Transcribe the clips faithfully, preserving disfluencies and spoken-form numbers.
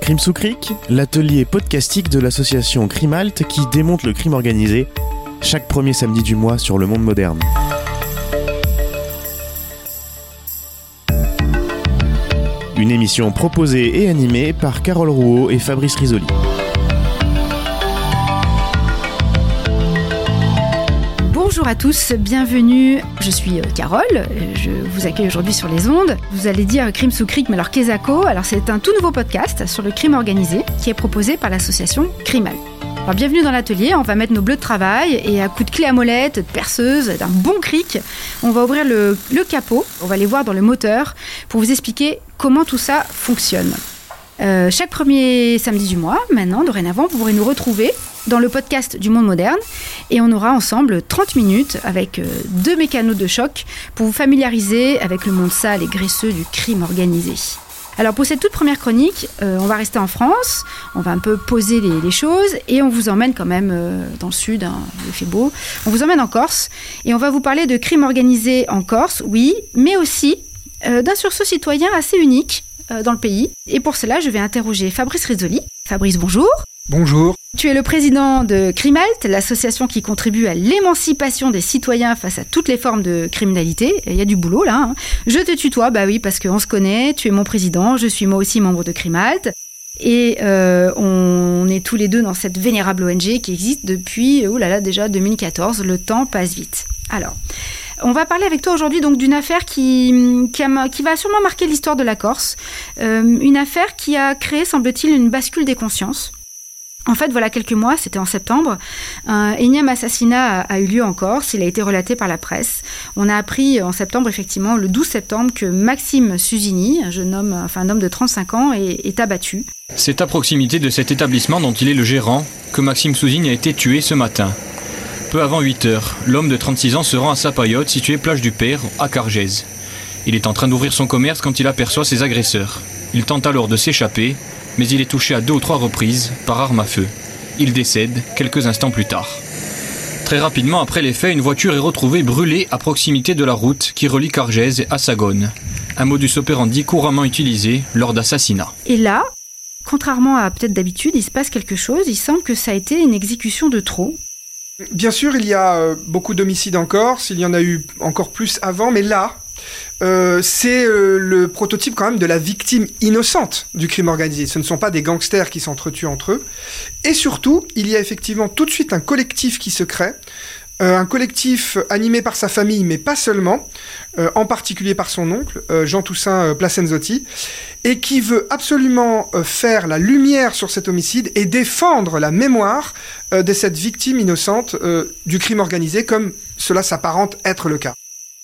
Crime sous Cric, l'atelier podcastique de l'association Crimalt qui démonte le crime organisé chaque premier samedi du mois sur Le Monde Moderne. Une émission proposée et animée par Carole Rouault et Fabrice Risoli. Bonjour à tous, bienvenue, je suis Carole, je vous accueille aujourd'hui sur les ondes. Vous allez dire Crime sous Cric, mais alors qu'est-ce que Alors c'est un tout nouveau podcast sur le crime organisé qui est proposé par l'association Crimalt. Alors bienvenue dans l'atelier, on va mettre nos bleus de travail et à coups de clé à molette, de perceuse, d'un bon cric, on va ouvrir le, le capot, on va aller voir dans le moteur pour vous expliquer comment tout ça fonctionne. Euh, chaque premier samedi du mois, maintenant, dorénavant, vous pourrez nous retrouver dans le podcast du Monde Moderne et on aura ensemble trente minutes avec euh, deux mécanos de choc pour vous familiariser avec le monde sale et graisseux du crime organisé. Alors pour cette toute première chronique, euh, on va rester en France, on va un peu poser les, les choses et on vous emmène quand même euh, dans le sud, hein, il fait beau, on vous emmène en Corse et on va vous parler de crime organisé en Corse, oui, mais aussi euh, d'un sursaut citoyen assez unique euh, dans le pays. Et pour cela, je vais interroger Fabrice Risoli. Fabrice, bonjour. Bonjour. Tu es le président de Crimalt, l'association qui contribue à l'émancipation des citoyens face à toutes les formes de criminalité. Il y a du boulot là. Hein. Je te tutoie, bah oui, parce qu'on se connaît, tu es mon président, je suis moi aussi membre de Crimalt. Et euh, on est tous les deux dans cette vénérable O N G qui existe depuis, oh là là, déjà deux mille quatorze, le temps passe vite. Alors, on va parler avec toi aujourd'hui donc d'une affaire qui, qui, a, qui va sûrement marquer l'histoire de la Corse. Euh, une affaire qui a créé, semble-t-il, une bascule des consciences. En fait, voilà quelques mois, c'était en septembre, un énième assassinat a, a eu lieu en Corse, il a été relaté par la presse. On a appris en septembre, effectivement, le douze septembre, que Maxime Susini, un jeune homme, enfin un homme de trente-cinq ans, est, est abattu. C'est à proximité de cet établissement dont il est le gérant que Maxime Susini a été tué ce matin. Peu avant huit heures, l'homme de trente-six ans se rend à sa paillote située plage du Père, à Cargèse. Il est en train d'ouvrir son commerce quand il aperçoit ses agresseurs. Il tente alors de s'échapper, mais il est touché à deux ou trois reprises par arme à feu. Il décède quelques instants plus tard. Très rapidement après les faits, une voiture est retrouvée brûlée à proximité de la route qui relie Cargèse à Sagone. Un modus operandi couramment utilisé lors d'assassinats. Et là, contrairement à peut-être d'habitude, il se passe quelque chose. Il semble que ça a été une exécution de trop. Bien sûr, il y a euh, beaucoup d'homicides en Corse, il y en a eu encore plus avant, mais là, euh, c'est euh, le prototype quand même de la victime innocente du crime organisé. Ce ne sont pas des gangsters qui s'entretuent entre eux. Et surtout, il y a effectivement tout de suite un collectif qui se crée, euh, un collectif animé par sa famille, mais pas seulement, euh, en particulier par son oncle, euh, Jean Toussaint euh, Placenzotti, et qui veut absolument euh, faire la lumière sur cet homicide et défendre la mémoire euh, de cette victime innocente euh, du crime organisé, comme cela s'apparente être le cas.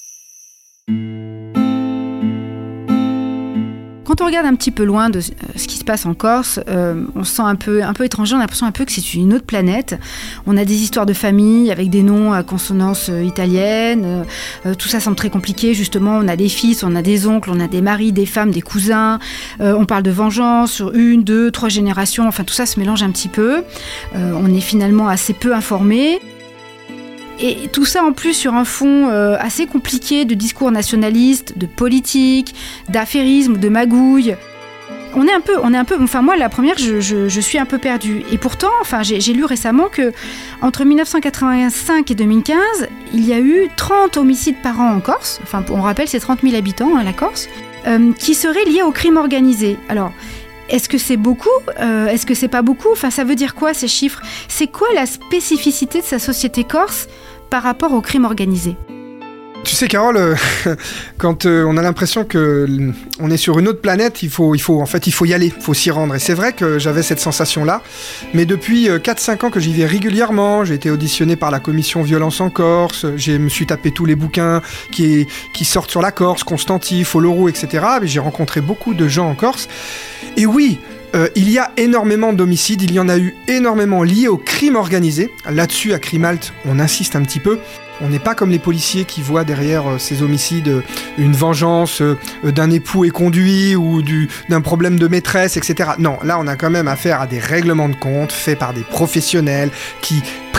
Quand on regarde un petit peu loin de ce qui se passe en Corse, euh, on se sent un peu, un peu étranger, on a l'impression un peu que c'est une autre planète. On a des histoires de famille avec des noms à consonance italienne, euh, tout ça semble très compliqué, justement, on a des fils, on a des oncles, on a des maris, des femmes, des cousins, euh, on parle de vengeance sur une, deux, trois générations, enfin tout ça se mélange un petit peu, euh, on est finalement assez peu informé. Et tout ça en plus sur un fond euh, assez compliqué de discours nationalistes, de politique, d'affairisme, de magouille. On est un peu, on est un peu, enfin moi la première, je, je, je suis un peu perdue. Et pourtant, enfin j'ai, j'ai lu récemment que entre dix-neuf cent quatre-vingt-cinq et deux mille quinze, il y a eu trente homicides par an en Corse. Enfin, on rappelle, c'est trente mille habitants, hein, la Corse, euh, qui seraient liés au crime organisé. Alors. Est-ce que c'est beaucoup ? euh, Est-ce que c'est pas beaucoup ? Enfin, ça veut dire quoi ces chiffres ? C'est quoi la spécificité de sa société corse par rapport au crime organisé ? Tu sais, Carole, euh, quand euh, on a l'impression que euh, on est sur une autre planète, il faut, il faut, en fait, il faut y aller, il faut s'y rendre. Et c'est vrai que j'avais cette sensation-là. Mais depuis euh, quatre cinq ans que j'y vais régulièrement, j'ai été auditionné par la commission violence en Corse, je me suis tapé tous les bouquins qui, qui sortent sur la Corse, Constanti, Folloroux, et cetera. Mais j'ai rencontré beaucoup de gens en Corse. Et oui, euh, il y a énormément d'homicides, il y en a eu énormément liés au crime organisé. Là-dessus, à Crimalt, on insiste un petit peu. On n'est pas comme les policiers qui voient derrière euh, ces homicides euh, une vengeance euh, d'un époux éconduit ou du, d'un problème de maîtresse, et cetera. Non, là on a quand même affaire à des règlements de compte faits par des professionnels qui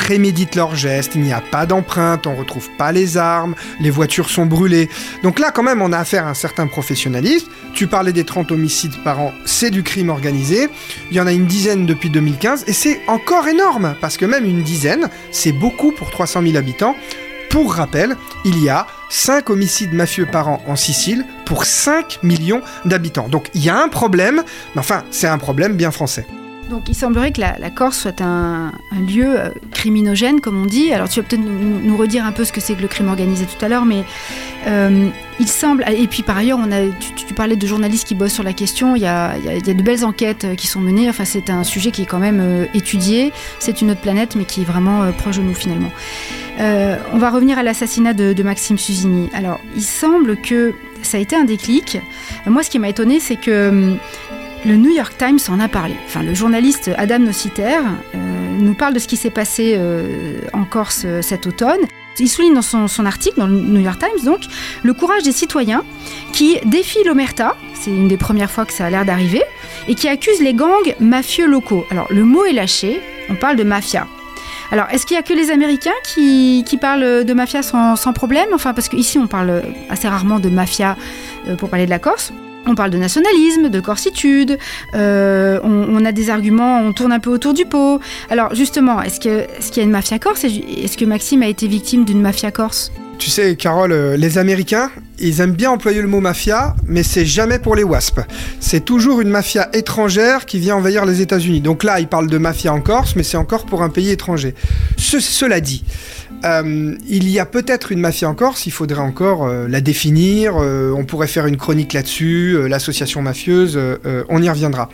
préméditent leurs gestes, il n'y a pas d'empreinte, on ne retrouve pas les armes, les voitures sont brûlées. Donc là, quand même, on a affaire à un certain professionnalisme. Tu parlais des trente homicides par an, c'est du crime organisé. Il y en a une dizaine depuis deux mille quinze, et c'est encore énorme, parce que même une dizaine, c'est beaucoup pour trois cent mille habitants. Pour rappel, il y a cinq homicides mafieux par an en Sicile pour cinq millions d'habitants. Donc il y a un problème, mais enfin, c'est un problème bien français. Donc il semblerait que la, la Corse soit un, un lieu euh, criminogène, comme on dit. Alors tu vas peut-être nous, nous redire un peu ce que c'est que le crime organisé tout à l'heure, mais euh, il semble... Et puis par ailleurs, on a, tu, tu parlais de journalistes qui bossent sur la question, il y a, il y a, il y a de belles enquêtes qui sont menées, enfin c'est un sujet qui est quand même euh, étudié, c'est une autre planète, mais qui est vraiment euh, proche de nous finalement. Euh, on va revenir à l'assassinat de, de Maxime Susini. Alors il semble que ça a été un déclic. Moi ce qui m'a étonnée, c'est que... Le New York Times en a parlé. Enfin, le journaliste Adam Nociter euh, nous parle de ce qui s'est passé euh, en Corse euh, cet automne. Il souligne dans son, son article, dans le New York Times, donc, le courage des citoyens qui défient l'omerta, c'est une des premières fois que ça a l'air d'arriver, et qui accusent les gangs mafieux locaux. Alors, le mot est lâché, on parle de mafia. Alors, est-ce qu'il n'y a que les Américains qui, qui parlent de mafia sans, sans problème ? Enfin, parce qu'ici, on parle assez rarement de mafia euh, pour parler de la Corse. On parle de nationalisme, de corsitude, euh, on, on a des arguments, on tourne un peu autour du pot. Alors justement, est-ce, que, est-ce qu'il y a une mafia corse ? Est-ce que Maxime a été victime d'une mafia corse ? Tu sais, Carole, euh, les Américains, ils aiment bien employer le mot mafia, mais c'est jamais pour les W A S P. C'est toujours une mafia étrangère qui vient envahir les États-Unis. Donc là, ils parlent de mafia en Corse, mais c'est encore pour un pays étranger. Ce, cela dit, euh, il y a peut-être une mafia en Corse, il faudrait encore euh, la définir, euh, on pourrait faire une chronique là-dessus, euh, l'association mafieuse, euh, euh, on y reviendra.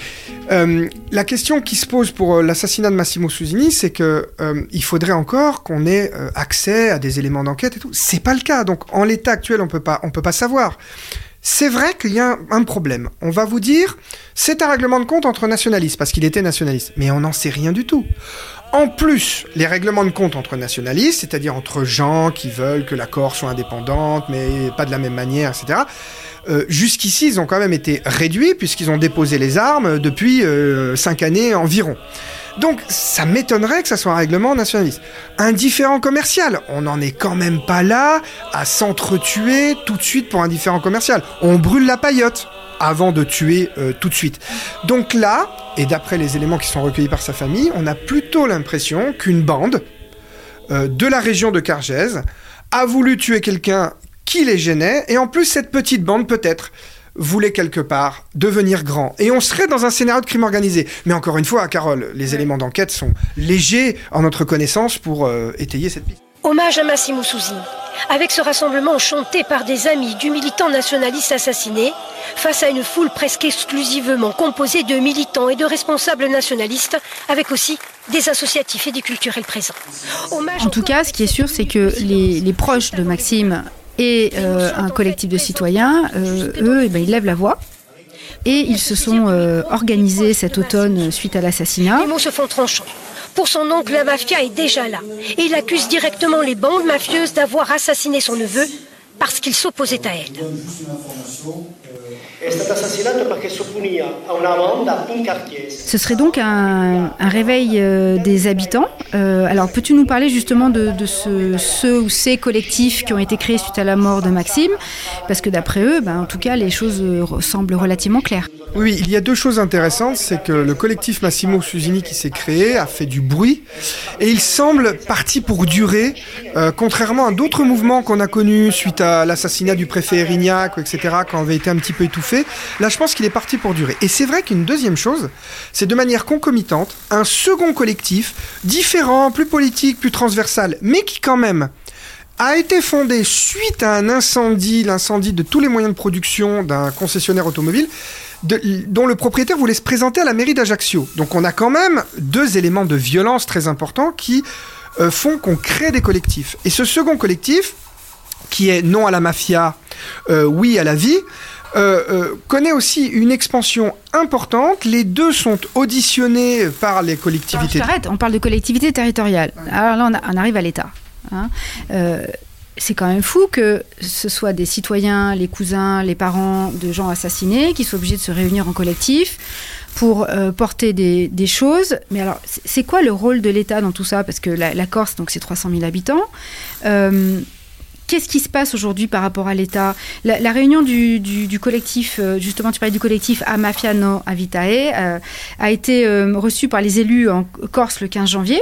Euh, la question qui se pose pour euh, l'assassinat de Massimo Susini, c'est que euh, il faudrait encore qu'on ait euh, accès à des éléments d'enquête et tout. C'est pas le cas. Donc en l'état actuel, on peut pas, on peut pas savoir. C'est vrai qu'il y a un, un problème. On va vous dire, c'est un règlement de compte entre nationalistes parce qu'il était nationaliste, mais on n'en sait rien du tout. En plus, les règlements de compte entre nationalistes, c'est-à-dire entre gens qui veulent que la Corse soit indépendante, mais pas de la même manière, et cetera. Euh, jusqu'ici, ils ont quand même été réduits puisqu'ils ont déposé les armes depuis euh, cinq années environ. Donc, ça m'étonnerait que ça soit un règlement nationaliste. Un différend commercial, on n'en est quand même pas là à s'entretuer tout de suite pour un différend commercial. On brûle la paillote avant de tuer euh, tout de suite. Donc là, et d'après les éléments qui sont recueillis par sa famille, on a plutôt l'impression qu'une bande euh, de la région de Cargèse a voulu tuer quelqu'un qui les gênait, et en plus cette petite bande peut-être voulait quelque part devenir grand. Et on serait dans un scénario de crime organisé. Mais encore une fois, Carole, les éléments d'enquête sont légers en notre connaissance pour euh, étayer cette piste. Hommage à Massimo Susini. Avec ce rassemblement chanté par des amis du militant nationaliste assassiné, face à une foule presque exclusivement composée de militants et de responsables nationalistes, avec aussi des associatifs et des culturels présents. Hommage en tout cas, ce qui est sûr, c'est que les, les proches de Maxime et euh, un collectif de citoyens, euh, eux, eh ben, ils lèvent la voix. Et ils se sont euh, organisés cet automne suite à l'assassinat. Les mots se font tranchants. Pour son oncle, la mafia est déjà là. Et il accuse directement les bandes mafieuses d'avoir assassiné son neveu parce qu'il s'opposait à elle. Ce serait donc un, un réveil euh, des habitants. Euh, alors, peux-tu nous parler justement de, de ce, ceux ou ces collectifs qui ont été créés suite à la mort de Maxime ? Parce que d'après eux, ben, en tout cas, les choses euh, semblent relativement claires. Oui, il y a deux choses intéressantes, c'est que le collectif Massimo Susini qui s'est créé a fait du bruit et il semble parti pour durer, euh, contrairement à d'autres mouvements qu'on a connus suite à l'assassinat du préfet Erignac, et cetera, quand on avait été un petit peu étouffé. Là, je pense qu'il est parti pour durer. Et c'est vrai qu'une deuxième chose, c'est de manière concomitante, un second collectif, différent, plus politique, plus transversal, mais qui quand même a été fondé suite à un incendie, l'incendie de tous les moyens de production d'un concessionnaire automobile, De, dont le propriétaire voulait se présenter à la mairie d'Ajaccio. Donc on a quand même deux éléments de violence très importants qui euh, font qu'on crée des collectifs. Et ce second collectif, qui est non à la mafia, euh, oui à la vie, euh, euh, connaît aussi une expansion importante. Les deux sont auditionnés par les collectivités. Alors, je t'arrête, on parle de collectivité territoriale. Alors là, on, a, on arrive à l'État. Hein. Euh, c'est quand même fou que ce soit des citoyens, les cousins, les parents de gens assassinés qui soient obligés de se réunir en collectif pour euh, porter des, des choses. Mais alors, c'est quoi le rôle de l'État dans tout ça ? Parce que la, la Corse, donc, c'est trois cent mille habitants. Euh, Qu'est-ce qui se passe aujourd'hui par rapport à l'État ? la, la réunion du, du, du collectif, euh, justement, tu parlais du collectif A Mafia No Avitae, euh, a été euh, reçue par les élus en Corse le quinze janvier.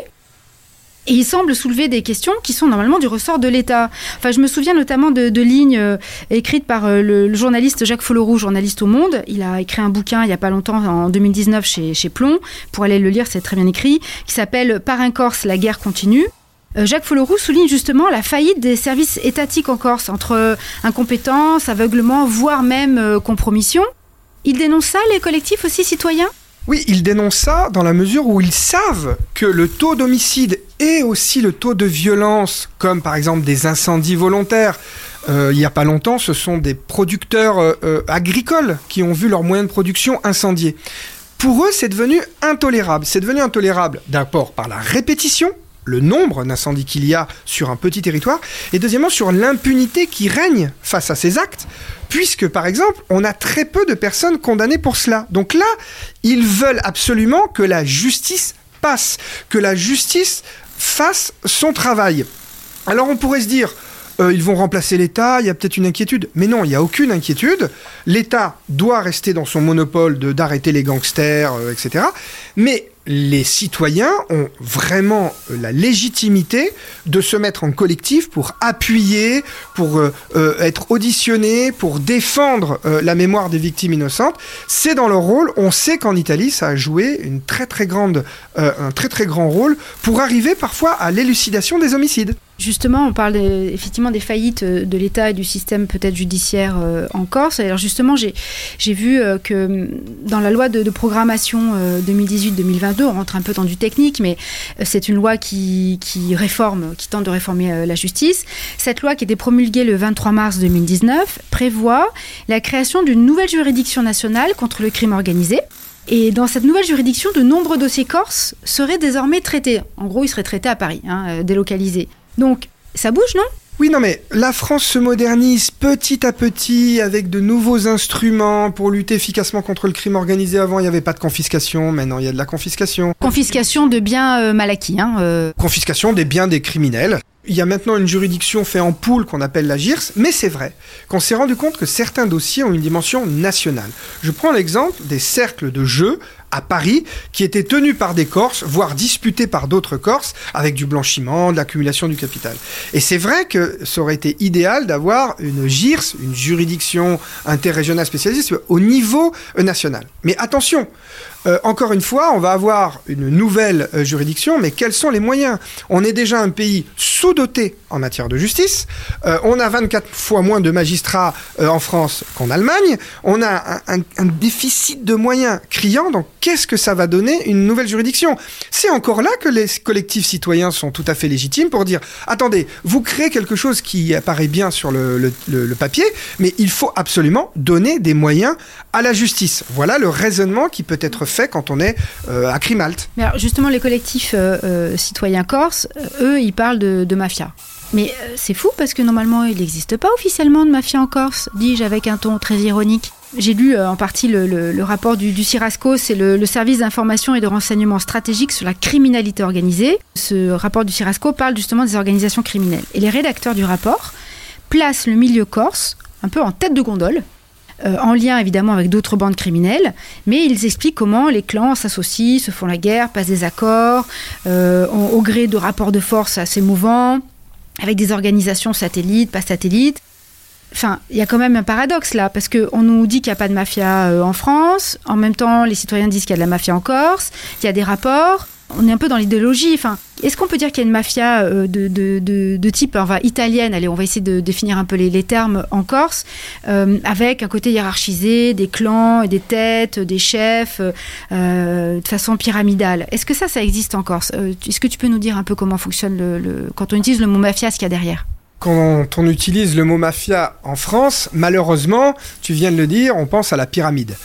Et il semble soulever des questions qui sont normalement du ressort de l'État. Enfin, je me souviens notamment de, de lignes euh, écrites par euh, le, le journaliste Jacques Folloroux, journaliste au Monde. Il a écrit un bouquin il n'y a pas longtemps, en deux mille dix-neuf, chez, chez Plomb. Pour aller le lire, c'est très bien écrit, qui s'appelle « Par un Corse, la guerre continue ». Jacques Folloroux souligne justement la faillite des services étatiques en Corse, entre incompétence, aveuglement, voire même euh, compromission. Il dénonce ça, les collectifs aussi citoyens ? Oui, ils dénoncent ça dans la mesure où ils savent que le taux d'homicide et aussi le taux de violence, comme par exemple des incendies volontaires, euh, il n'y a pas longtemps, ce sont des producteurs euh, euh, agricoles qui ont vu leurs moyens de production incendiés. Pour eux, c'est devenu intolérable. C'est devenu intolérable d'abord par la répétition, le nombre d'incendies qu'il y a sur un petit territoire, et deuxièmement sur l'impunité qui règne face à ces actes, puisque par exemple on a très peu de personnes condamnées pour cela. Donc là, ils veulent absolument que la justice passe, que la justice fasse son travail. Alors on pourrait se dire, euh, ils vont remplacer l'État, il y a peut-être une inquiétude, mais non, il n'y a aucune inquiétude. L'État doit rester dans son monopole de, d'arrêter les gangsters, euh, et cetera. Mais les citoyens ont vraiment la légitimité de se mettre en collectif pour appuyer, pour euh, euh, être auditionnés, pour défendre euh, la mémoire des victimes innocentes. C'est dans leur rôle. On sait qu'en Italie, ça a joué une très très grande, euh, un très très grand rôle pour arriver parfois à l'élucidation des homicides. Justement, on parle de, effectivement des faillites de l'État et du système peut-être judiciaire euh, en Corse. Alors justement, j'ai, j'ai vu euh, que dans la loi de, de programmation euh, deux mille dix-huit deux mille vingt-deux, on rentre un peu dans du technique, mais euh, c'est une loi qui, qui réforme, qui tente de réformer euh, la justice. Cette loi, qui a été promulguée le vingt-trois mars deux mille dix-neuf, prévoit la création d'une nouvelle juridiction nationale contre le crime organisé. Et dans cette nouvelle juridiction, de nombreux dossiers corses seraient désormais traités. En gros, ils seraient traités à Paris, hein, euh, délocalisés. Donc, ça bouge, non ? Oui, non, mais la France se modernise petit à petit avec de nouveaux instruments pour lutter efficacement contre le crime organisé. Avant, il n'y avait pas de confiscation, maintenant il y a de la confiscation. Confiscation de biens euh, mal acquis. Hein, euh... Confiscation des biens des criminels. Il y a maintenant une juridiction faite en pool qu'on appelle la G I R S, mais c'est vrai qu'on s'est rendu compte que certains dossiers ont une dimension nationale. Je prends l'exemple des cercles de jeux à Paris, qui étaient tenus par des Corses, voire disputés par d'autres Corses, avec du blanchiment, de l'accumulation du capital. Et c'est vrai que ça aurait été idéal d'avoir une G I R S, une juridiction interrégionale spécialisée, au niveau national. Mais attention, euh, encore une fois, on va avoir une nouvelle euh, juridiction, mais quels sont les moyens ? On est déjà un pays sous-doté en matière de justice, euh, on a vingt-quatre fois moins de magistrats euh, en France qu'en Allemagne, on a un, un, un déficit de moyens criant, donc qu'est-ce que ça va donner une nouvelle juridiction ? C'est encore là que les collectifs citoyens sont tout à fait légitimes pour dire « Attendez, vous créez quelque chose qui apparaît bien sur le, le, le, le papier, mais il faut absolument donner des moyens à la justice. » Voilà le raisonnement qui peut être fait quand on est euh, à Crimalt. Mais alors justement, les collectifs euh, euh, citoyens corses, euh, eux, ils parlent de, de mafia. Mais euh, c'est fou parce que normalement, il n'existe pas officiellement de mafia en Corse, dis-je avec un ton très ironique. J'ai lu euh, en partie le, le, le rapport du, du Cirasco, c'est le, le service d'information et de renseignement stratégique sur la criminalité organisée. Ce rapport du Cirasco parle justement des organisations criminelles. Et les rédacteurs du rapport placent le milieu corse un peu en tête de gondole, euh, en lien évidemment avec d'autres bandes criminelles, mais ils expliquent comment les clans s'associent, se font la guerre, passent des accords, euh, au gré de rapports de force assez mouvants, avec des organisations satellites, pas satellites. Enfin, il y a quand même un paradoxe là, parce qu'on nous dit qu'il n'y a pas de mafia euh, en France, en même temps les citoyens disent qu'il y a de la mafia en Corse, il y a des rapports, on est un peu dans l'idéologie. Enfin, est-ce qu'on peut dire qu'il y a une mafia euh, de, de, de, de type enfin, italienne, allez, on va essayer de définir un peu les, les termes en Corse, euh, avec un côté hiérarchisé, des clans, des têtes, des chefs, euh, de façon pyramidale. Est-ce que ça, ça existe en Corse ? euh, Est-ce que tu peux nous dire un peu comment fonctionne le, le, quand on utilise le mot mafia, ce qu'il y a derrière ? Quand on utilise le mot mafia en France, malheureusement, tu viens de le dire, on pense à la pyramide.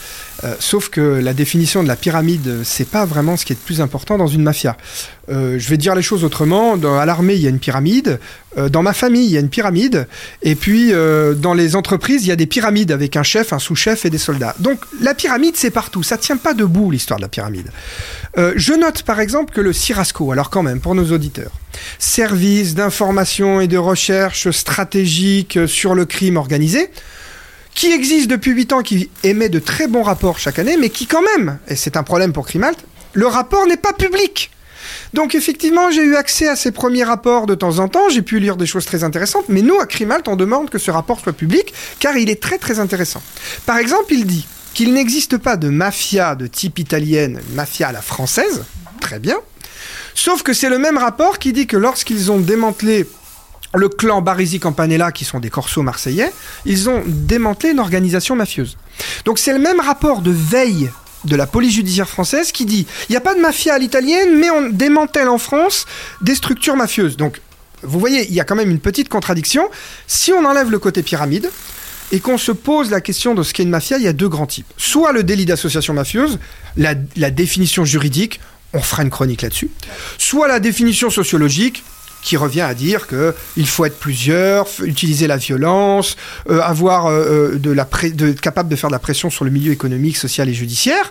Euh, sauf que la définition de la pyramide, c'est pas vraiment ce qui est le plus important dans une mafia. Euh, je vais dire les choses autrement. Dans, à l'armée, il y a une pyramide. Euh, dans ma famille, il y a une pyramide. Et puis, euh, dans les entreprises, il y a des pyramides avec un chef, un sous-chef et des soldats. Donc, la pyramide, c'est partout. Ça tient pas debout, l'histoire de la pyramide. Euh, je note, par exemple, que le CIRASCO, alors quand même, pour nos auditeurs, service d'information et de recherche stratégique sur le crime organisé, qui existe depuis huit ans, qui émet de très bons rapports chaque année, mais qui quand même, et c'est un problème pour Crimalt, le rapport n'est pas public. Donc effectivement, j'ai eu accès à ces premiers rapports de temps en temps, j'ai pu lire des choses très intéressantes, mais nous, à Crimalt, on demande que ce rapport soit public, car il est très très intéressant. Par exemple, il dit qu'il n'existe pas de mafia de type italienne, mafia à la française, très bien, sauf que c'est le même rapport qui dit que lorsqu'ils ont démantelé le clan Barisi Campanella, qui sont des corsos marseillais, ils ont démantelé une organisation mafieuse. Donc c'est le même rapport de veille de la police judiciaire française qui dit il n'y a pas de mafia à l'italienne, mais on démantèle en France des structures mafieuses. Donc vous voyez, il y a quand même une petite contradiction. Si on enlève le côté pyramide et qu'on se pose la question de ce qu'est une mafia, il y a deux grands types. Soit le délit d'association mafieuse, la, la définition juridique, on fera une chronique là-dessus. Soit la définition sociologique, qui revient à dire qu'il faut être plusieurs, utiliser la violence, euh, avoir euh, de la pré- de, capable de faire de la pression sur le milieu économique, social et judiciaire.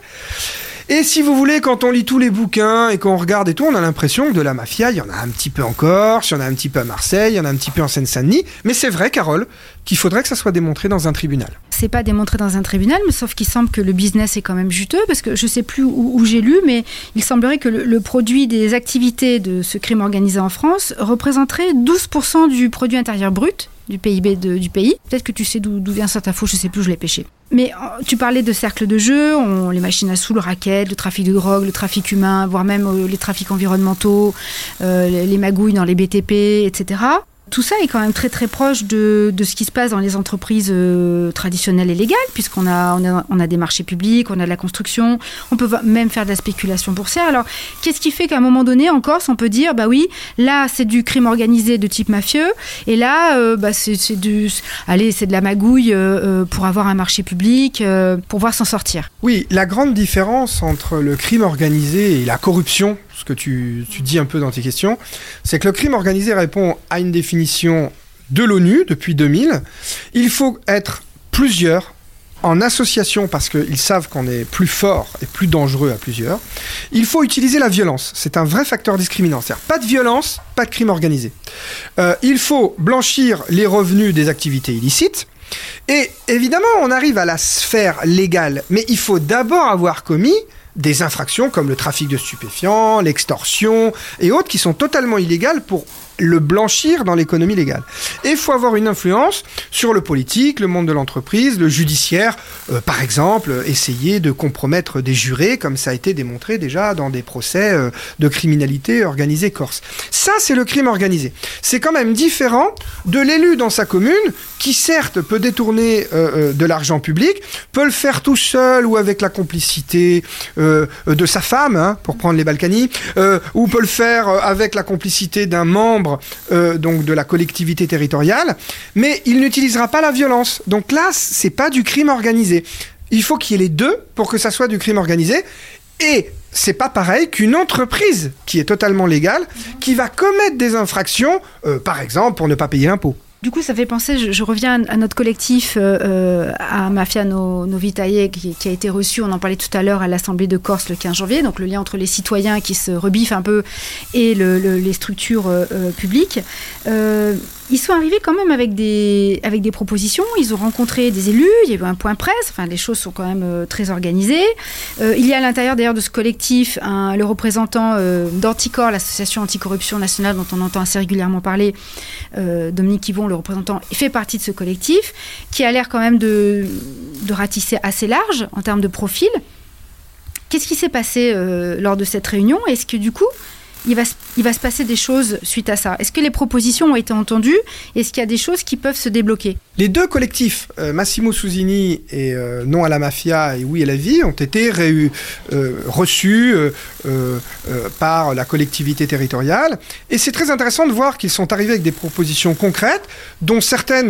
Et si vous voulez, quand on lit tous les bouquins et qu'on regarde et tout, on a l'impression que de la mafia, il y en a un petit peu en Corse, il y en a un petit peu à Marseille, il y en a un petit peu en Seine-Saint-Denis. Mais c'est vrai, Carole, qu'il faudrait que ça soit démontré dans un tribunal. C'est pas démontré dans un tribunal, mais sauf qu'il semble que le business est quand même juteux, parce que je sais plus où, où j'ai lu, mais il semblerait que le, le produit des activités de ce crime organisé en France représenterait douze pour cent du produit intérieur brut du P I B de, du pays. Peut-être que tu sais d'où, d'où vient cette info, je sais plus, je l'ai pêché. Mais tu parlais de cercles de jeu, on, les machines à sous, le racket, le trafic de drogue, le trafic humain, voire même euh, les trafics environnementaux, euh, les, les magouilles dans les B T P, et cetera. Tout ça est quand même très très proche de, de ce qui se passe dans les entreprises euh, traditionnelles et légales, puisqu'on a, on a, on a des marchés publics, on a de la construction, on peut même faire de la spéculation boursière. Alors, qu'est-ce qui fait qu'à un moment donné, en Corse, on peut dire, bah oui, là, c'est du crime organisé de type mafieux, et là, euh, bah, c'est, c'est, du, allez, c'est de la magouille euh, pour avoir un marché public, euh, pour pouvoir s'en sortir. Oui, la grande différence entre le crime organisé et la corruption, ce que tu, tu dis un peu dans tes questions, c'est que le crime organisé répond à une définition de l'ONU depuis deux mille. Il faut être plusieurs en association parce qu'ils savent qu'on est plus fort et plus dangereux à plusieurs. Il faut utiliser la violence. C'est un vrai facteur discriminant. C'est-à-dire pas de violence, pas de crime organisé. Euh, il faut blanchir les revenus des activités illicites. Et évidemment, on arrive à la sphère légale, mais il faut d'abord avoir commis des infractions comme le trafic de stupéfiants, l'extorsion et autres qui sont totalement illégales pour le blanchir dans l'économie légale. Et il faut avoir une influence sur le politique, le monde de l'entreprise, le judiciaire. Euh, par exemple, essayer de compromettre des jurés, comme ça a été démontré déjà dans des procès euh, de criminalité organisée corse. Ça, c'est le crime organisé. C'est quand même différent de l'élu dans sa commune, qui certes peut détourner euh, de l'argent public, peut le faire tout seul ou avec la complicité euh, de sa femme, hein, pour prendre les Balkany, euh, ou peut le faire avec la complicité d'un membre Euh, donc de la collectivité territoriale, mais il n'utilisera pas la violence. Donc là, c'est pas du crime organisé. Il faut qu'il y ait les deux pour que ça soit du crime organisé. Et c'est pas pareil qu'une entreprise qui est totalement légale, qui va commettre des infractions, euh, par exemple pour ne pas payer l'impôt. Du coup, ça fait penser, je, je reviens à notre collectif, euh, à Mafia No, no Vitae, qui, qui a été reçu, on en parlait tout à l'heure, à l'Assemblée de Corse le quinze janvier, donc le lien entre les citoyens qui se rebiffent un peu et le, le, les structures euh, publiques. Euh, ils sont arrivés quand même avec des, avec des propositions, ils ont rencontré des élus, il y a eu un point presse, enfin les choses sont quand même euh, très organisées. Euh, il y a à l'intérieur d'ailleurs de ce collectif un, le représentant euh, d'Anticor, l'association anticorruption nationale dont on entend assez régulièrement parler, euh, Dominique Yvon, le représentant, fait partie de ce collectif, qui a l'air quand même de, de ratisser assez large en termes de profil. Qu'est-ce qui s'est passé euh, lors de cette réunion ? Est-ce que du coup, il va, il va se passer des choses suite à ça ? Est-ce que les propositions ont été entendues ? Est-ce qu'il y a des choses qui peuvent se débloquer ? Les deux collectifs, euh, Massimo Susini et euh, Non à la Mafia et Oui à la Vie, ont été ré- euh, reçus euh, euh, par la collectivité territoriale. Et c'est très intéressant de voir qu'ils sont arrivés avec des propositions concrètes, dont certaines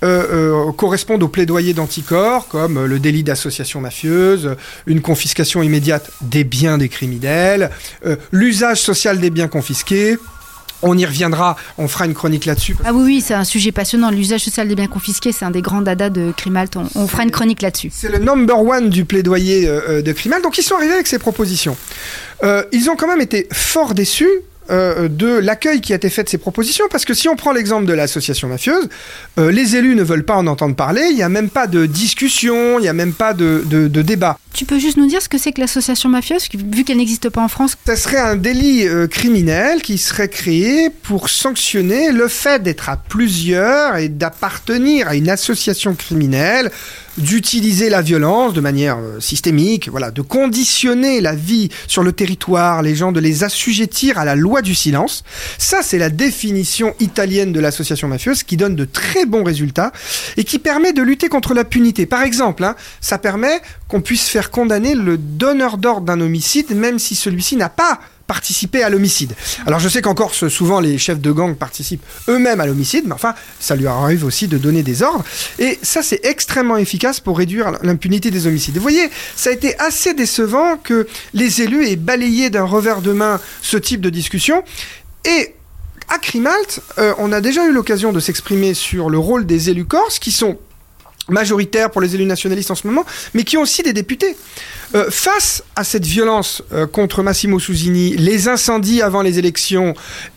euh, euh, correspondent aux plaidoyers d'anticorps, comme euh, le délit d'association mafieuse, une confiscation immédiate des biens des criminels, euh, l'usage social des biens confisqués. On y reviendra, on fera une chronique là-dessus. Ah oui, oui, c'est un sujet passionnant. L'usage social des biens confisqués, c'est un des grands dadas de Crimalt. On, on fera une chronique là-dessus. C'est le number one du plaidoyer euh, de Crimalt. Donc ils sont arrivés avec ces propositions. Euh, ils ont quand même été fort déçus Euh, de l'accueil qui a été fait de ces propositions, parce que si on prend l'exemple de l'association mafieuse, euh, les élus ne veulent pas en entendre parler, il n'y a même pas de discussion, il n'y a même pas de, de, de débat. Tu peux juste nous dire ce que c'est que l'association mafieuse, vu qu'elle n'existe pas en France? Ça serait un délit euh, criminel qui serait créé pour sanctionner le fait d'être à plusieurs et d'appartenir à une association criminelle, d'utiliser la violence de manière euh, systémique, voilà, de conditionner la vie sur le territoire, les gens, de les assujettir à la loi du silence. Ça, c'est la définition italienne de l'association mafieuse qui donne de très bons résultats et qui permet de lutter contre l'impunité. Par exemple, hein, ça permet qu'on puisse faire condamner le donneur d'ordre d'un homicide, même si celui-ci n'a pas participer à l'homicide. Alors je sais qu'en Corse, souvent les chefs de gang participent eux-mêmes à l'homicide, mais enfin, ça lui arrive aussi de donner des ordres. Et ça, c'est extrêmement efficace pour réduire l'impunité des homicides. Vous voyez, ça a été assez décevant que les élus aient balayé d'un revers de main ce type de discussion. Et à Crimalt, euh, on a déjà eu l'occasion de s'exprimer sur le rôle des élus corses, qui sont majoritaires pour les élus nationalistes en ce moment, mais qui ont aussi des députés. Euh, face à cette violence euh, contre Massimo Susini, les incendies avant les élections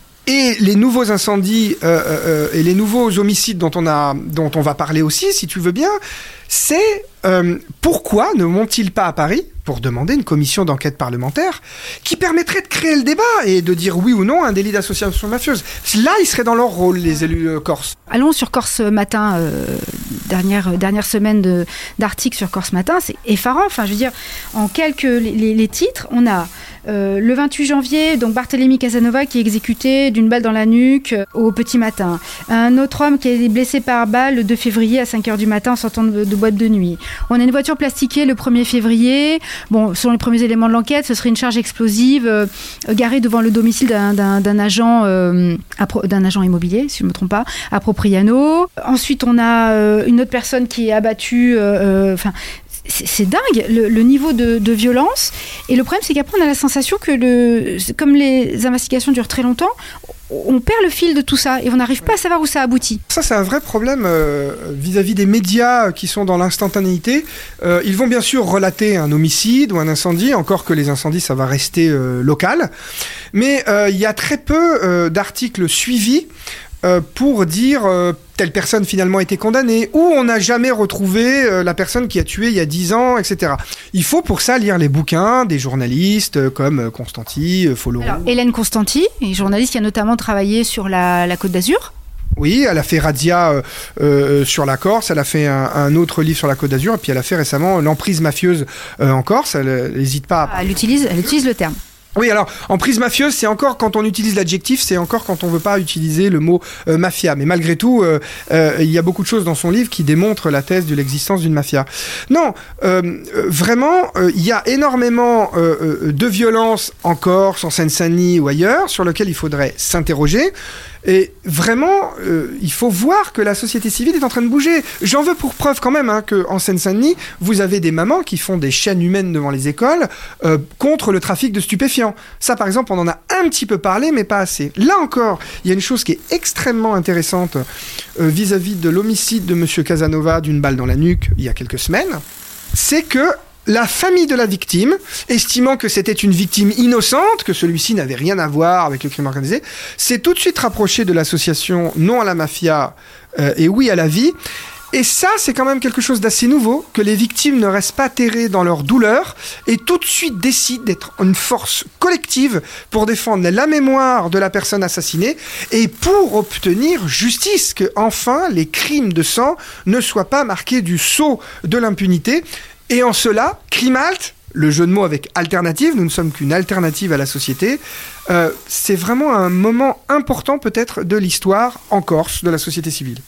et les nouveaux incendies euh, euh, et les nouveaux homicides dont on, a, dont on va parler aussi, si tu veux bien, c'est euh, pourquoi ne montent-ils pas à Paris pour demander une commission d'enquête parlementaire qui permettrait de créer le débat et de dire oui ou non à un délit d'association mafieuse. Là, ils seraient dans leur rôle, les élus euh, corses. Allons sur Corse Matin, euh, dernière, dernière semaine de, d'articles sur Corse Matin, c'est effarant. Enfin, je veux dire, en quelques les, les titres, on a euh, le vingt-huit janvier, donc Barthélémy Casanova qui est exécuté d'une balle dans la nuque euh, au petit matin. Un autre homme qui est blessé par balle le deux février à cinq heures du matin en sortant de, de boîte de nuit. On a une voiture plastiquée le premier février. Bon, selon les premiers éléments de l'enquête, ce serait une charge explosive euh, garée devant le domicile d'un, d'un, d'un, agent, euh, appro- d'un agent immobilier, si je ne me trompe pas, à Propriano. Ensuite, on a euh, une autre personne qui est abattue. Enfin, euh, c'est, c'est dingue le, le niveau de, de violence. Et le problème, c'est qu'après, on a la sensation que, le, comme les investigations durent très longtemps, on perd le fil de tout ça et on n'arrive pas à savoir où ça aboutit. Ça, c'est un vrai problème euh, vis-à-vis des médias qui sont dans l'instantanéité. Euh, ils vont bien sûr relater un homicide ou un incendie, encore que les incendies, ça va rester euh, local. Mais euh, il y a très peu euh, d'articles suivis euh, pour dire euh, telle personne finalement a été condamnée, ou on n'a jamais retrouvé euh, la personne qui a tué il y a dix ans, et cetera. Il faut pour ça lire les bouquins des journalistes euh, comme Constanti, euh, Folloro. Alors, Hélène Constanti, journaliste qui a notamment travaillé sur la, la Côte d'Azur. Oui, elle a fait Razzia euh, euh, sur la Corse, elle a fait un, un autre livre sur la Côte d'Azur, et puis elle a fait récemment L'emprise mafieuse euh, en Corse. Elle n'hésite pas à... Ah, elle, utilise, elle utilise le terme. Oui, alors, emprise mafieuse, c'est encore quand on utilise l'adjectif, c'est encore quand on veut pas utiliser le mot euh, mafia. Mais malgré tout, euh, euh, il y a beaucoup de choses dans son livre qui démontrent la thèse de l'existence d'une mafia. Non, euh, euh, vraiment, il euh, y a énormément euh, euh, de violence en Corse, en Seine-Saint-Denis ou ailleurs, sur lequel il faudrait s'interroger. Et vraiment, euh, il faut voir que la société civile est en train de bouger. J'en veux pour preuve quand même hein, qu'en Seine-Saint-Denis, vous avez des mamans qui font des chaînes humaines devant les écoles euh, contre le trafic de stupéfiants. Ça, par exemple, on en a un petit peu parlé, mais pas assez. Là encore, il y a une chose qui est extrêmement intéressante euh, vis-à-vis de l'homicide de Monsieur Casanova d'une balle dans la nuque il y a quelques semaines. C'est que la famille de la victime, estimant que c'était une victime innocente, que celui-ci n'avait rien à voir avec le crime organisé, s'est tout de suite rapproché de l'association Non à la mafia euh, et Oui à la vie. Et ça, c'est quand même quelque chose d'assez nouveau, que les victimes ne restent pas terrées dans leur douleur et tout de suite décident d'être une force collective pour défendre la mémoire de la personne assassinée et pour obtenir justice, que enfin les crimes de sang ne soient pas marqués du sceau de l'impunité. Et en cela, Crimalt, le jeu de mots avec alternative, nous ne sommes qu'une alternative à la société, euh, c'est vraiment un moment important peut-être de l'histoire en Corse de la société civile.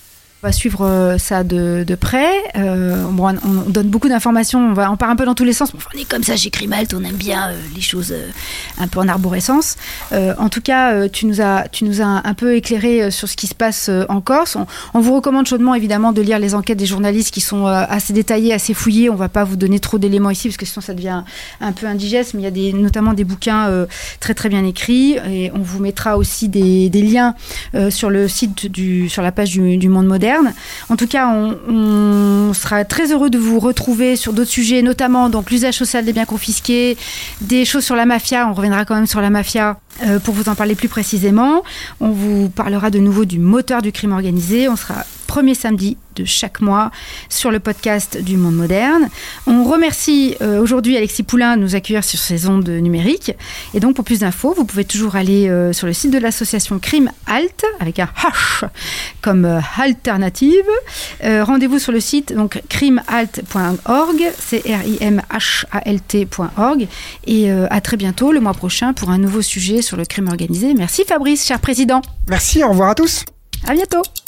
On va suivre ça de, de près. Euh, bon, on, on donne beaucoup d'informations, on, va, on part un peu dans tous les sens. Enfin, on est comme ça chez Crimalt, on aime bien euh, les choses euh, un peu en arborescence. Euh, en tout cas, euh, tu, nous as, tu nous as un peu éclairé sur ce qui se passe euh, en Corse. On, on vous recommande chaudement, évidemment, de lire les enquêtes des journalistes qui sont euh, assez détaillées, assez fouillées. On ne va pas vous donner trop d'éléments ici, parce que sinon ça devient un peu indigeste, mais il y a des, notamment des bouquins euh, très très bien écrits. Et on vous mettra aussi des, des liens euh, sur le site, du, sur la page du, du Monde Moderne. En tout cas, on, on sera très heureux de vous retrouver sur d'autres sujets, notamment donc l'usage social des biens confisqués, des choses sur la mafia. On reviendra quand même sur la mafia euh, pour vous en parler plus précisément. On vous parlera de nouveau du moteur du crime organisé. On sera premier samedi de chaque mois sur le podcast du Monde Moderne. On remercie euh, aujourd'hui Alexis Poulain de nous accueillir sur ces ondes numériques. Et donc, pour plus d'infos, vous pouvez toujours aller euh, sur le site de l'association Crimalt, avec un H comme euh, alternative. Euh, rendez-vous sur le site donc crimalt point org, c r i m h a l t point org. Et euh, à très bientôt, le mois prochain, pour un nouveau sujet sur le crime organisé. Merci Fabrice, cher président. Merci, au revoir à tous. À bientôt.